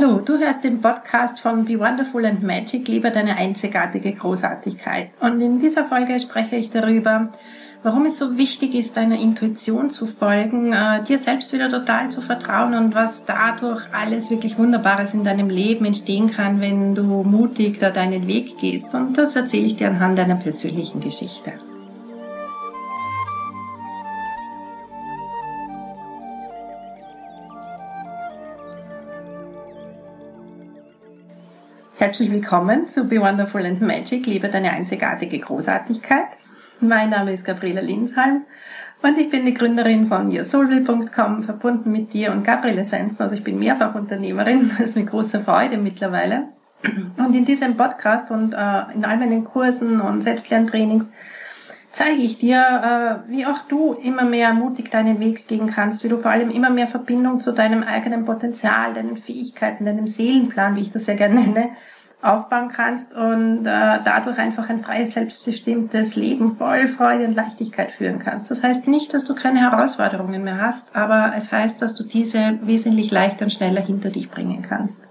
Hallo, du hörst den Podcast von Be Wonderful and Magic, liebe deine einzigartige Großartigkeit. Und in dieser Folge spreche ich darüber, warum es so wichtig ist, deiner Intuition zu folgen, dir selbst wieder total zu vertrauen und was dadurch alles wirklich Wunderbares in deinem Leben entstehen kann, wenn du mutig da deinen Weg gehst. Und das erzähle ich dir anhand einer persönlichen Geschichte. Herzlich willkommen zu Be Wonderful and Magic, liebe deine einzigartige Großartigkeit. Mein Name ist Gabriela Linsheim und ich bin die Gründerin von YourSoulWill.com, verbunden mit dir und Gabriela Essenzen. Also ich bin mehrfach Unternehmerin, das ist mit großer Freude mittlerweile. Und in diesem Podcast und in all meinen Kursen und Selbstlerntrainings zeige ich dir, wie auch du immer mehr mutig deinen Weg gehen kannst, wie du vor allem immer mehr Verbindung zu deinem eigenen Potenzial, deinen Fähigkeiten, deinem Seelenplan, wie ich das ja gerne nenne, aufbauen kannst und dadurch einfach ein freies, selbstbestimmtes Leben voll Freude und Leichtigkeit führen kannst. Das heißt nicht, dass du keine Herausforderungen mehr hast, aber es heißt, dass du diese wesentlich leichter und schneller hinter dich bringen kannst.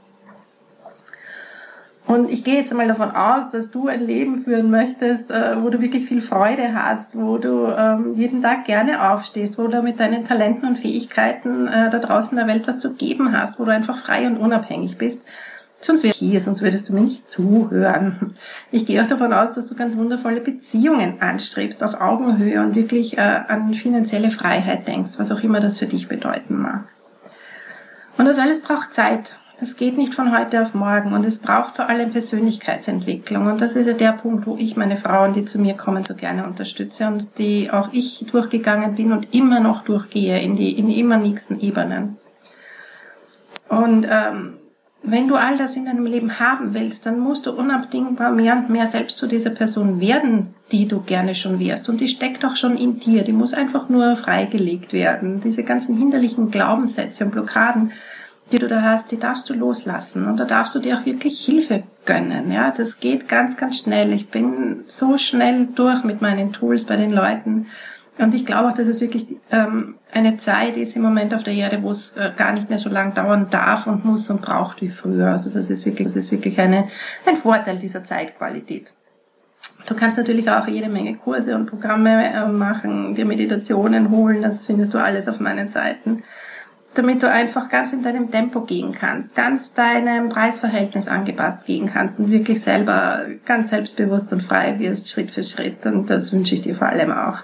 Und ich gehe jetzt einmal davon aus, dass du ein Leben führen möchtest, wo du wirklich viel Freude hast, wo du jeden Tag gerne aufstehst, wo du mit deinen Talenten und Fähigkeiten da draußen in der Welt was zu geben hast, wo du einfach frei und unabhängig bist. Sonst wäre ich hier, sonst würdest du mir nicht zuhören. Ich gehe auch davon aus, dass du ganz wundervolle Beziehungen anstrebst, auf Augenhöhe und wirklich an finanzielle Freiheit denkst, was auch immer das für dich bedeuten mag. Und das alles braucht Zeit. Das geht nicht von heute auf morgen und es braucht vor allem Persönlichkeitsentwicklung und das ist ja der Punkt, wo ich meine Frauen, die zu mir kommen, so gerne unterstütze und die auch ich durchgegangen bin und immer noch durchgehe in die immer nächsten Ebenen. Und wenn du all das in deinem Leben haben willst, dann musst du unabdingbar mehr und mehr selbst zu dieser Person werden, die du gerne schon wärst und die steckt auch schon in dir, die muss einfach nur freigelegt werden. Diese ganzen hinderlichen Glaubenssätze und Blockaden, die du da hast, die darfst du loslassen und da darfst du dir auch wirklich Hilfe gönnen. Ja, das geht ganz, ganz schnell. Ich bin so schnell durch mit meinen Tools bei den Leuten und ich glaube auch, dass es wirklich eine Zeit ist im Moment auf der Erde, wo es gar nicht mehr so lang dauern darf und muss und braucht wie früher. Also das ist wirklich ein Vorteil dieser Zeitqualität. Du kannst natürlich auch jede Menge Kurse und Programme machen, dir Meditationen holen, das findest du alles auf meinen Seiten, damit du einfach ganz in deinem Tempo gehen kannst, ganz deinem Preisverhältnis angepasst gehen kannst und wirklich selber ganz selbstbewusst und frei wirst, Schritt für Schritt. Und das wünsche ich dir vor allem auch.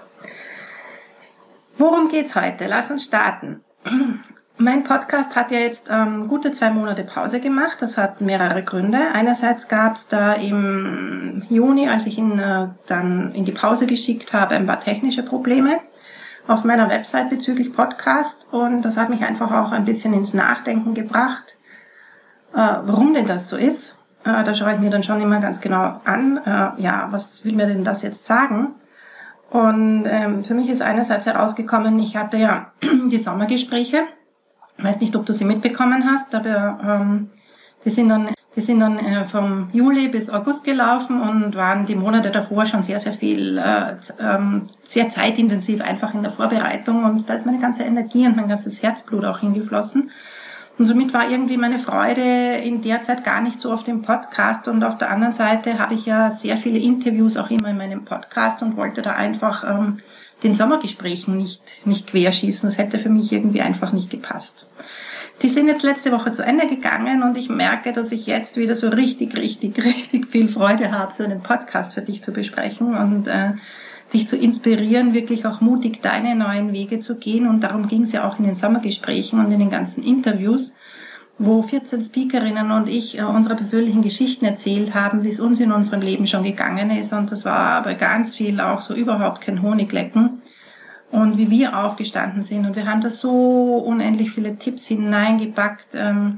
Worum geht's heute? Lass uns starten. Mein Podcast hat ja jetzt gute 2 Monate Pause gemacht. Das hat mehrere Gründe. Einerseits gab's da im Juni, als ich ihn dann in die Pause geschickt habe, ein paar technische Probleme auf meiner Website bezüglich Podcast und das hat mich einfach auch ein bisschen ins Nachdenken gebracht, warum denn das so ist. Da schaue ich mir dann schon immer ganz genau an, was will mir denn das jetzt sagen? Und für mich ist einerseits herausgekommen, ich hatte ja die Sommergespräche, weiß nicht, ob du sie mitbekommen hast, aber die sind dann vom Juli bis August gelaufen und waren die Monate davor schon sehr, sehr viel, sehr zeitintensiv einfach in der Vorbereitung und da ist meine ganze Energie und mein ganzes Herzblut auch hingeflossen. Und somit war irgendwie meine Freude in der Zeit gar nicht so auf dem Podcast und auf der anderen Seite habe ich ja sehr viele Interviews auch immer in meinem Podcast und wollte da einfach den Sommergesprächen nicht querschießen. Das hätte für mich irgendwie einfach nicht gepasst. Die sind jetzt letzte Woche zu Ende gegangen und ich merke, dass ich jetzt wieder so richtig viel Freude habe, so einen Podcast für dich zu besprechen und dich zu inspirieren, wirklich auch mutig deine neuen Wege zu gehen. Und darum ging es ja auch in den Sommergesprächen und in den ganzen Interviews, wo 14 Speakerinnen und ich unsere persönlichen Geschichten erzählt haben, wie es uns in unserem Leben schon gegangen ist. Und das war aber ganz viel auch so überhaupt kein Honiglecken. Und wie wir aufgestanden sind. Und wir haben da so unendlich viele Tipps hineingepackt,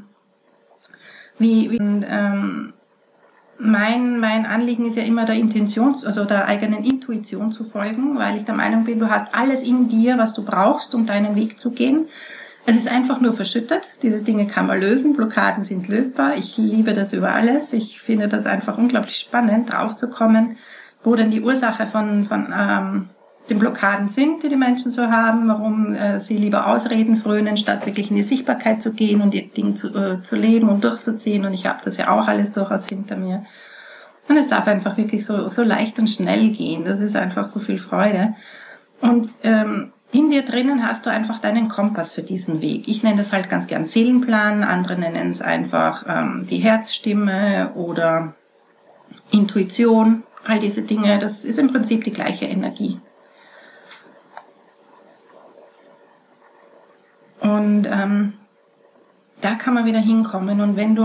mein Anliegen ist ja immer der eigenen Intuition zu folgen, weil ich der Meinung bin, du hast alles in dir, was du brauchst, um deinen Weg zu gehen. Es ist einfach nur verschüttet. Diese Dinge kann man lösen. Blockaden sind lösbar. Ich liebe das über alles. Ich finde das einfach unglaublich spannend, draufzukommen, wo denn die Ursache von den Blockaden sind, die die Menschen so haben, warum sie lieber Ausreden frönen, statt wirklich in die Sichtbarkeit zu gehen und ihr Ding zu leben und durchzuziehen. Und ich habe das ja auch alles durchaus hinter mir. Und es darf einfach wirklich so leicht und schnell gehen. Das ist einfach so viel Freude. Und in dir drinnen hast du einfach deinen Kompass für diesen Weg. Ich nenne das halt ganz gern Seelenplan, andere nennen es einfach die Herzstimme oder Intuition. All diese Dinge, das ist im Prinzip die gleiche Energie. Und da kann man wieder hinkommen. Und wenn du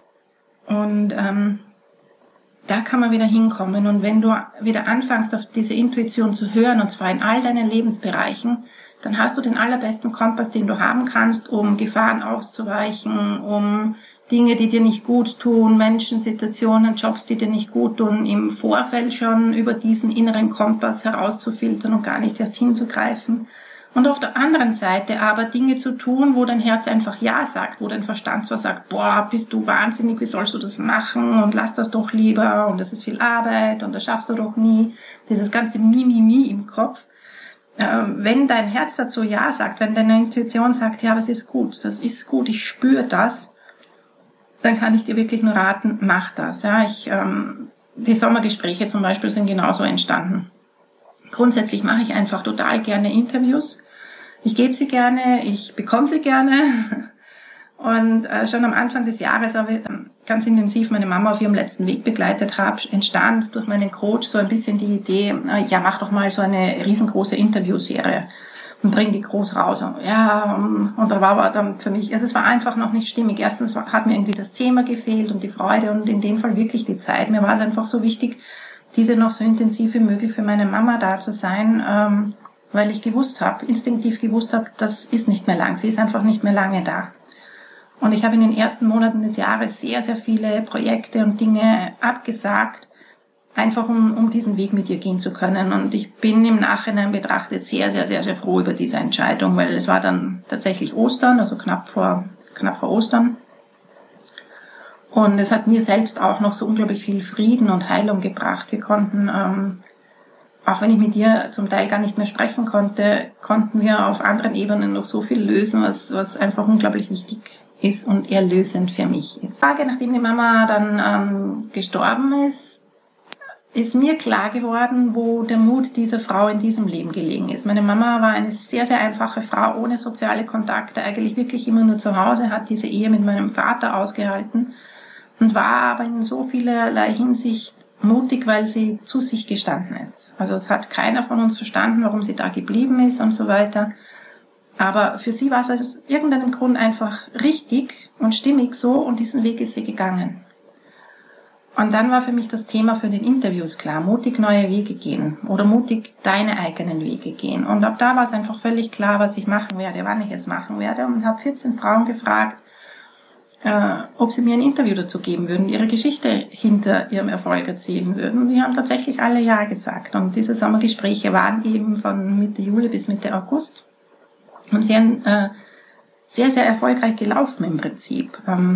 wieder anfängst, auf diese Intuition zu hören, und zwar in all deinen Lebensbereichen, dann hast du den allerbesten Kompass, den du haben kannst, um Gefahren auszuweichen, um Dinge, die dir nicht gut tun, Menschen, Situationen, Jobs, die dir nicht gut tun, im Vorfeld schon über diesen inneren Kompass herauszufiltern und gar nicht erst hinzugreifen. Und auf der anderen Seite aber Dinge zu tun, wo dein Herz einfach Ja sagt, wo dein Verstand zwar sagt, boah, bist du wahnsinnig, wie sollst du das machen und lass das doch lieber und das ist viel Arbeit und das schaffst du doch nie. Dieses ganze Mimimi im Kopf. Wenn dein Herz dazu Ja sagt, wenn deine Intuition sagt, ja, das ist gut, ich spüre das, dann kann ich dir wirklich nur raten, mach das. Ja, die Sommergespräche zum Beispiel sind genauso entstanden. Grundsätzlich mache ich einfach total gerne Interviews. Ich gebe sie gerne, ich bekomme sie gerne. Und schon am Anfang des Jahres, als ich ganz intensiv meine Mama auf ihrem letzten Weg begleitet habe, entstand durch meinen Coach so ein bisschen die Idee, ja, mach doch mal so eine riesengroße Interviewserie und bring die groß raus. Und da war dann für mich, es war einfach noch nicht stimmig. Erstens hat mir irgendwie das Thema gefehlt und die Freude und in dem Fall wirklich die Zeit. Mir war es einfach so wichtig, diese noch so intensiv wie möglich für meine Mama da zu sein, weil ich instinktiv gewusst habe, das ist nicht mehr lang. Sie ist einfach nicht mehr lange da. Und ich habe in den ersten Monaten des Jahres sehr, sehr viele Projekte und Dinge abgesagt, einfach um diesen Weg mit ihr gehen zu können. Und ich bin im Nachhinein betrachtet sehr, sehr, sehr, sehr froh über diese Entscheidung, weil es war dann tatsächlich Ostern, also knapp vor Ostern. Und es hat mir selbst auch noch so unglaublich viel Frieden und Heilung gebracht. Wir konnten, auch wenn ich mit ihr zum Teil gar nicht mehr sprechen konnte, konnten wir auf anderen Ebenen noch so viel lösen, was einfach unglaublich wichtig ist und erlösend für mich. Die Frage, nachdem die Mama dann gestorben ist mir klar geworden, wo der Mut dieser Frau in diesem Leben gelegen ist. Meine Mama war eine sehr, sehr einfache Frau, ohne soziale Kontakte, eigentlich wirklich immer nur zu Hause, hat diese Ehe mit meinem Vater ausgehalten und war aber in so vielerlei Hinsicht mutig, weil sie zu sich gestanden ist. Also es hat keiner von uns verstanden, warum sie da geblieben ist und so weiter. Aber für sie war es aus irgendeinem Grund einfach richtig und stimmig so und diesen Weg ist sie gegangen. Und dann war für mich das Thema für den Interviews klar, mutig neue Wege gehen oder mutig deine eigenen Wege gehen. Und ab da war es einfach völlig klar, was ich machen werde, wann ich es machen werde und habe 14 Frauen gefragt, ob sie mir ein Interview dazu geben würden, ihre Geschichte hinter ihrem Erfolg erzählen würden. Und die haben tatsächlich alle Ja gesagt. Und diese Sommergespräche waren eben von Mitte Juli bis Mitte August. Und sie sind sehr, sehr erfolgreich gelaufen im Prinzip.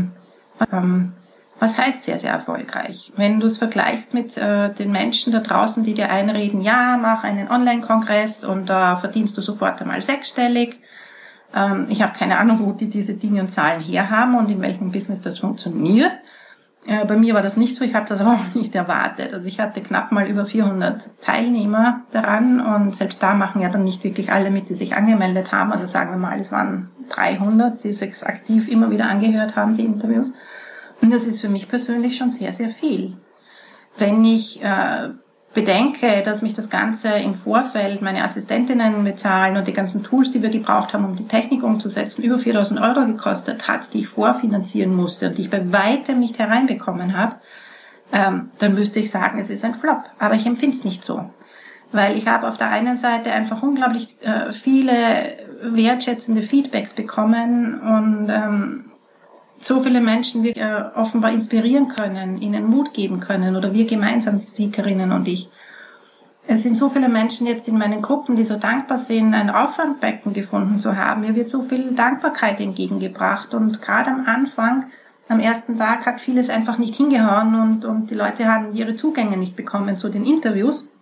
Was heißt sehr, sehr erfolgreich? Wenn du es vergleichst mit den Menschen da draußen, die dir einreden, ja, mach einen Online-Kongress und da verdienst du sofort einmal sechsstellig. Ich habe keine Ahnung, wo die diese Dinge und Zahlen herhaben und in welchem Business das funktioniert. Bei mir war das nicht so, ich habe das aber auch nicht erwartet. Also ich hatte knapp mal über 400 Teilnehmer daran und selbst da machen ja dann nicht wirklich alle mit, die sich angemeldet haben. Also sagen wir mal, es waren 300, die sich aktiv immer wieder angehört haben, die Interviews. Und das ist für mich persönlich schon sehr, sehr viel. Wenn ich bedenke, dass mich das Ganze im Vorfeld, meine Assistentinnen bezahlen und die ganzen Tools, die wir gebraucht haben, um die Technik umzusetzen, über 4.000 € gekostet hat, die ich vorfinanzieren musste und die ich bei weitem nicht hereinbekommen habe, dann müsste ich sagen, es ist ein Flop. Aber ich empfinde es nicht so. Weil ich habe auf der einen Seite einfach unglaublich viele wertschätzende Feedbacks bekommen und so viele Menschen wir offenbar inspirieren können, ihnen Mut geben können oder wir gemeinsam, die Speakerinnen und ich. Es sind so viele Menschen jetzt in meinen Gruppen, die so dankbar sind, ein Auffangbecken gefunden zu haben. Mir wird so viel Dankbarkeit entgegengebracht und gerade am Anfang, am ersten Tag hat vieles einfach nicht hingehauen und die Leute haben ihre Zugänge nicht bekommen zu den Interviews.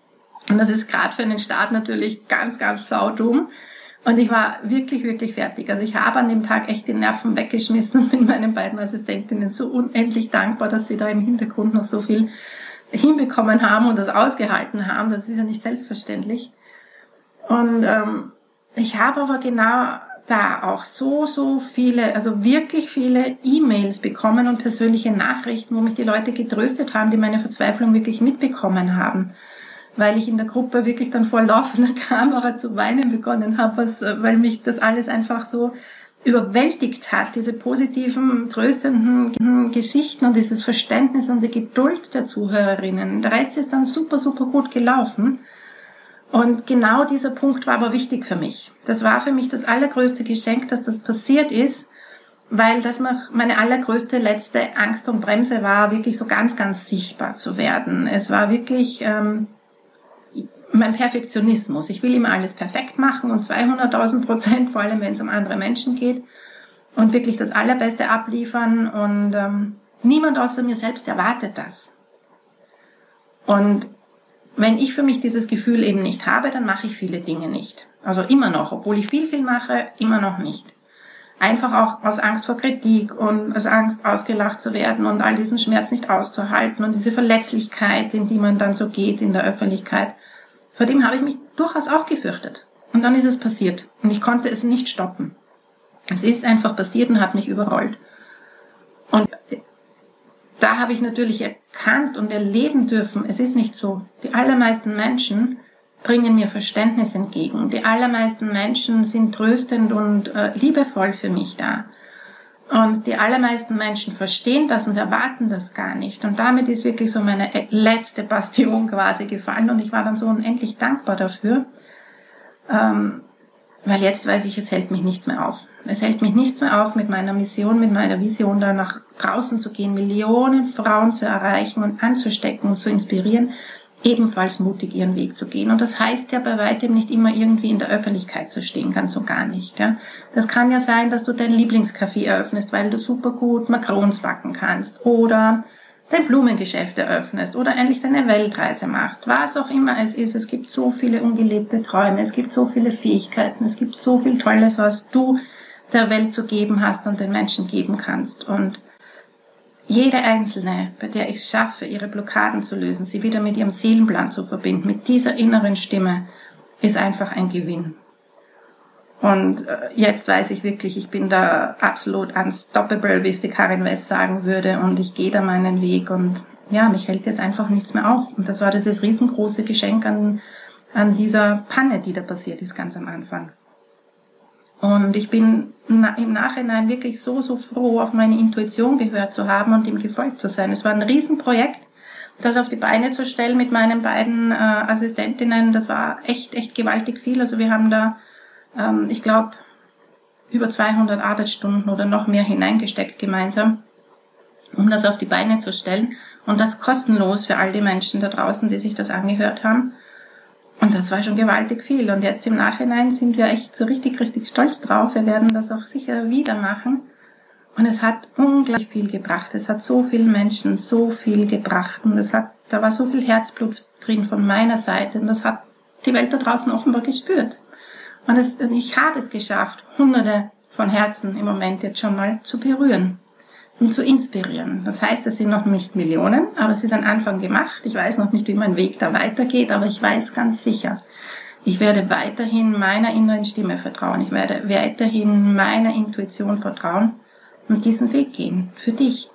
Und das ist gerade für einen Start natürlich ganz, ganz saudumm. Und ich war wirklich, wirklich fertig. Also ich habe an dem Tag echt die Nerven weggeschmissen und bin meinen beiden Assistentinnen so unendlich dankbar, dass sie da im Hintergrund noch so viel hinbekommen haben und das ausgehalten haben. Das ist ja nicht selbstverständlich. Und ich habe aber genau da auch so viele, also wirklich viele E-Mails bekommen und persönliche Nachrichten, wo mich die Leute getröstet haben, die meine Verzweiflung wirklich mitbekommen haben. Weil ich in der Gruppe wirklich dann vor laufender Kamera zu weinen begonnen habe, weil mich das alles einfach so überwältigt hat, diese positiven, tröstenden Geschichten und dieses Verständnis und die Geduld der Zuhörerinnen. Der Rest ist dann super, super gut gelaufen. Und genau dieser Punkt war aber wichtig für mich. Das war für mich das allergrößte Geschenk, dass das passiert ist, weil das meine allergrößte letzte Angst und Bremse war, wirklich so ganz, ganz sichtbar zu werden. Es war wirklich mein Perfektionismus. Ich will immer alles perfekt machen und 200.000%, vor allem wenn es um andere Menschen geht, und wirklich das Allerbeste abliefern, und niemand außer mir selbst erwartet das. Und wenn ich für mich dieses Gefühl eben nicht habe, dann mache ich viele Dinge nicht. Also immer noch, obwohl ich viel mache, immer noch nicht. Einfach auch aus Angst vor Kritik und aus Angst, ausgelacht zu werden und all diesen Schmerz nicht auszuhalten und diese Verletzlichkeit, in die man dann so geht in der Öffentlichkeit. Vor dem habe ich mich durchaus auch gefürchtet. Und dann ist es passiert. Und ich konnte es nicht stoppen. Es ist einfach passiert und hat mich überrollt. Und da habe ich natürlich erkannt und erleben dürfen, es ist nicht so. Die allermeisten Menschen bringen mir Verständnis entgegen. Die allermeisten Menschen sind tröstend und liebevoll für mich da. Und die allermeisten Menschen verstehen das und erwarten das gar nicht. Und damit ist wirklich so meine letzte Bastion quasi gefallen. Und ich war dann so unendlich dankbar dafür. Weil jetzt weiß ich, es hält mich nichts mehr auf. Es hält mich nichts mehr auf, mit meiner Mission, mit meiner Vision da nach draußen zu gehen, Millionen Frauen zu erreichen und anzustecken und zu inspirieren, ebenfalls mutig ihren Weg zu gehen. Und das heißt ja bei weitem nicht immer irgendwie in der Öffentlichkeit zu stehen, ganz und gar nicht. Ja. Das kann ja sein, dass du dein Lieblingscafé eröffnest, weil du super gut Macarons backen kannst, oder dein Blumengeschäft eröffnest oder endlich deine Weltreise machst. Was auch immer es ist, es gibt so viele ungelebte Träume, es gibt so viele Fähigkeiten, es gibt so viel Tolles, was du der Welt zu geben hast und den Menschen geben kannst. Und jede Einzelne, bei der ich es schaffe, ihre Blockaden zu lösen, sie wieder mit ihrem Seelenplan zu verbinden, mit dieser inneren Stimme, ist einfach ein Gewinn. Und jetzt weiß ich wirklich, ich bin da absolut unstoppable, wie es die Karin Wess sagen würde, und ich gehe da meinen Weg und ja, mich hält jetzt einfach nichts mehr auf. Und das war dieses riesengroße Geschenk an dieser Panne, die da passiert ist, ganz am Anfang. Und ich bin im Nachhinein wirklich so froh, auf meine Intuition gehört zu haben und ihm gefolgt zu sein. Es war ein Riesenprojekt, das auf die Beine zu stellen mit meinen beiden Assistentinnen. Das war echt gewaltig viel. Also wir haben da, ich glaube, über 200 Arbeitsstunden oder noch mehr hineingesteckt gemeinsam, um das auf die Beine zu stellen. Und das kostenlos für all die Menschen da draußen, die sich das angehört haben. Und das war schon gewaltig viel. Und jetzt im Nachhinein sind wir echt so richtig stolz drauf. Wir werden das auch sicher wieder machen. Und es hat unglaublich viel gebracht. Es hat so vielen Menschen so viel gebracht. Und da war so viel Herzblut drin von meiner Seite. Und das hat die Welt da draußen offenbar gespürt. Und ich habe es geschafft, Hunderte von Herzen im Moment jetzt schon mal zu berühren und zu inspirieren. Das heißt, es sind noch nicht Millionen, aber es ist ein Anfang gemacht. Ich weiß noch nicht, wie mein Weg da weitergeht, aber ich weiß ganz sicher, ich werde weiterhin meiner inneren Stimme vertrauen. Ich werde weiterhin meiner Intuition vertrauen und diesen Weg gehen. Für dich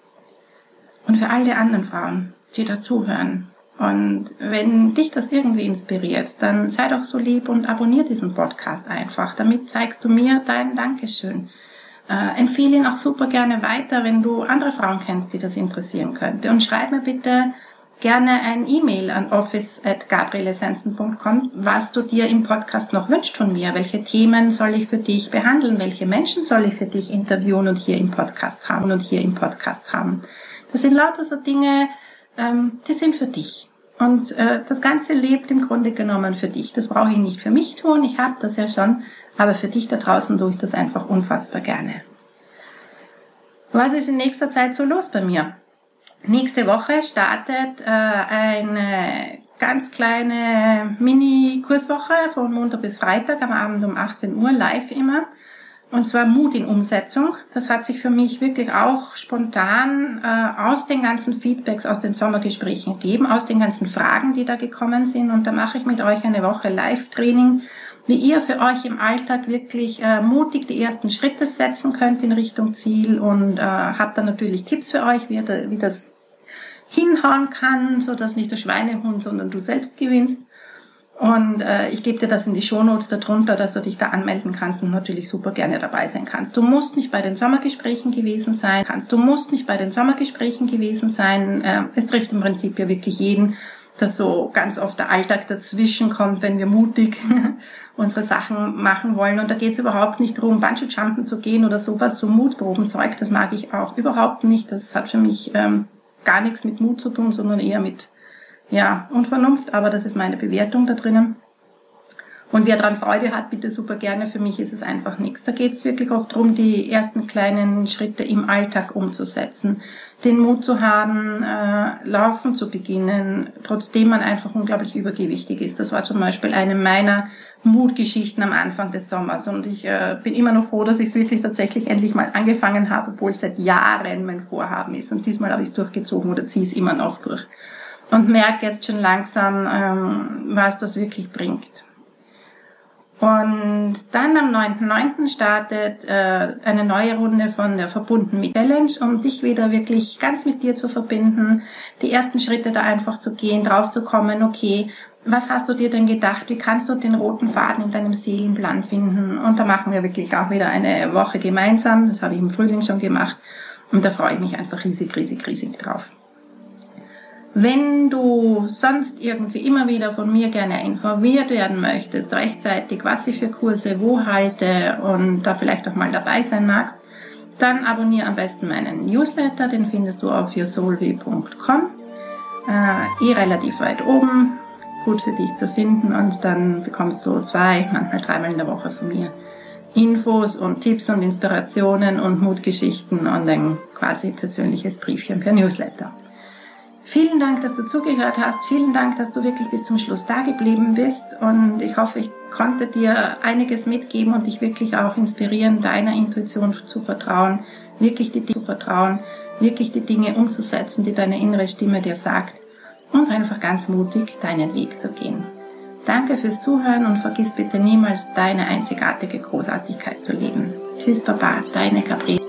und für all die anderen Frauen, die dazuhören. Und wenn dich das irgendwie inspiriert, dann sei doch so lieb und abonniere diesen Podcast einfach. Damit zeigst du mir dein Dankeschön. Empfehle ihn auch super gerne weiter, wenn du andere Frauen kennst, die das interessieren könnte. Und schreib mir bitte gerne ein E-Mail an office@gabrielesensen.com, was du dir im Podcast noch wünschst von mir. Welche Themen soll ich für dich behandeln? Welche Menschen soll ich für dich interviewen und hier im Podcast haben? Das sind lauter so Dinge, die sind für dich. Und das Ganze lebt im Grunde genommen für dich. Das brauche ich nicht für mich tun, ich habe das ja schon, aber für dich da draußen tue ich das einfach unfassbar gerne. Was ist in nächster Zeit so los bei mir? Nächste Woche startet eine ganz kleine Mini-Kurswoche von Montag bis Freitag am Abend um 18 Uhr live immer. Und zwar Mut in Umsetzung. Das hat sich für mich wirklich auch spontan aus den ganzen Feedbacks, aus den Sommergesprächen ergeben, aus den ganzen Fragen, die da gekommen sind. Und da mache ich mit euch eine Woche Live-Training, wie ihr für euch im Alltag wirklich mutig die ersten Schritte setzen könnt in Richtung Ziel. Und habe dann natürlich Tipps für euch, wie das hinhauen kann, so dass nicht der Schweinehund, sondern du selbst gewinnst. Und ich gebe dir das in die Shownotes darunter, dass du dich da anmelden kannst und natürlich super gerne dabei sein kannst. Du musst nicht bei den Sommergesprächen gewesen sein. Es trifft im Prinzip ja wirklich jeden, dass so ganz oft der Alltag dazwischen kommt, wenn wir mutig unsere Sachen machen wollen. Und da geht es überhaupt nicht darum, Bungee-Jumpen zu gehen oder sowas, so Mutprobenzeug. Das mag ich auch überhaupt nicht. Das hat für mich gar nichts mit Mut zu tun, sondern eher mit und Vernunft, aber das ist meine Bewertung da drinnen. Und wer daran Freude hat, bitte super gerne. Für mich ist es einfach nichts. Da geht es wirklich oft darum, die ersten kleinen Schritte im Alltag umzusetzen. Den Mut zu haben, laufen zu beginnen, trotzdem man einfach unglaublich übergewichtig ist. Das war zum Beispiel eine meiner Mutgeschichten am Anfang des Sommers. Und ich bin immer noch froh, dass ich es wirklich tatsächlich endlich mal angefangen habe, obwohl es seit Jahren mein Vorhaben ist. Und diesmal habe ich es durchgezogen oder ziehe es immer noch durch. Und merke jetzt schon langsam, was das wirklich bringt. Und dann am 9.9. startet eine neue Runde von der Verbunden mit Challenge, um dich wieder wirklich ganz mit dir zu verbinden, die ersten Schritte da einfach zu gehen, drauf zu kommen, okay, was hast du dir denn gedacht, wie kannst du den roten Faden in deinem Seelenplan finden? Und da machen wir wirklich auch wieder eine Woche gemeinsam, das habe ich im Frühling schon gemacht und da freue ich mich einfach riesig, riesig, riesig drauf. Wenn du sonst irgendwie immer wieder von mir gerne informiert werden möchtest, rechtzeitig, was ich für Kurse wo halte und da vielleicht auch mal dabei sein magst, dann abonniere am besten meinen Newsletter, den findest du auf yoursoulway.com, relativ weit oben, gut für dich zu finden und dann bekommst du 2, manchmal 3-mal in der Woche von mir Infos und Tipps und Inspirationen und Mutgeschichten und ein quasi persönliches Briefchen per Newsletter. Vielen Dank, dass du zugehört hast. Vielen Dank, dass du wirklich bis zum Schluss da geblieben bist. Und ich hoffe, ich konnte dir einiges mitgeben und dich wirklich auch inspirieren, deiner Intuition zu vertrauen, wirklich die Dinge umzusetzen, die deine innere Stimme dir sagt. Und einfach ganz mutig deinen Weg zu gehen. Danke fürs Zuhören und vergiss bitte niemals, deine einzigartige Großartigkeit zu leben. Tschüss, Baba, deine Gabriele.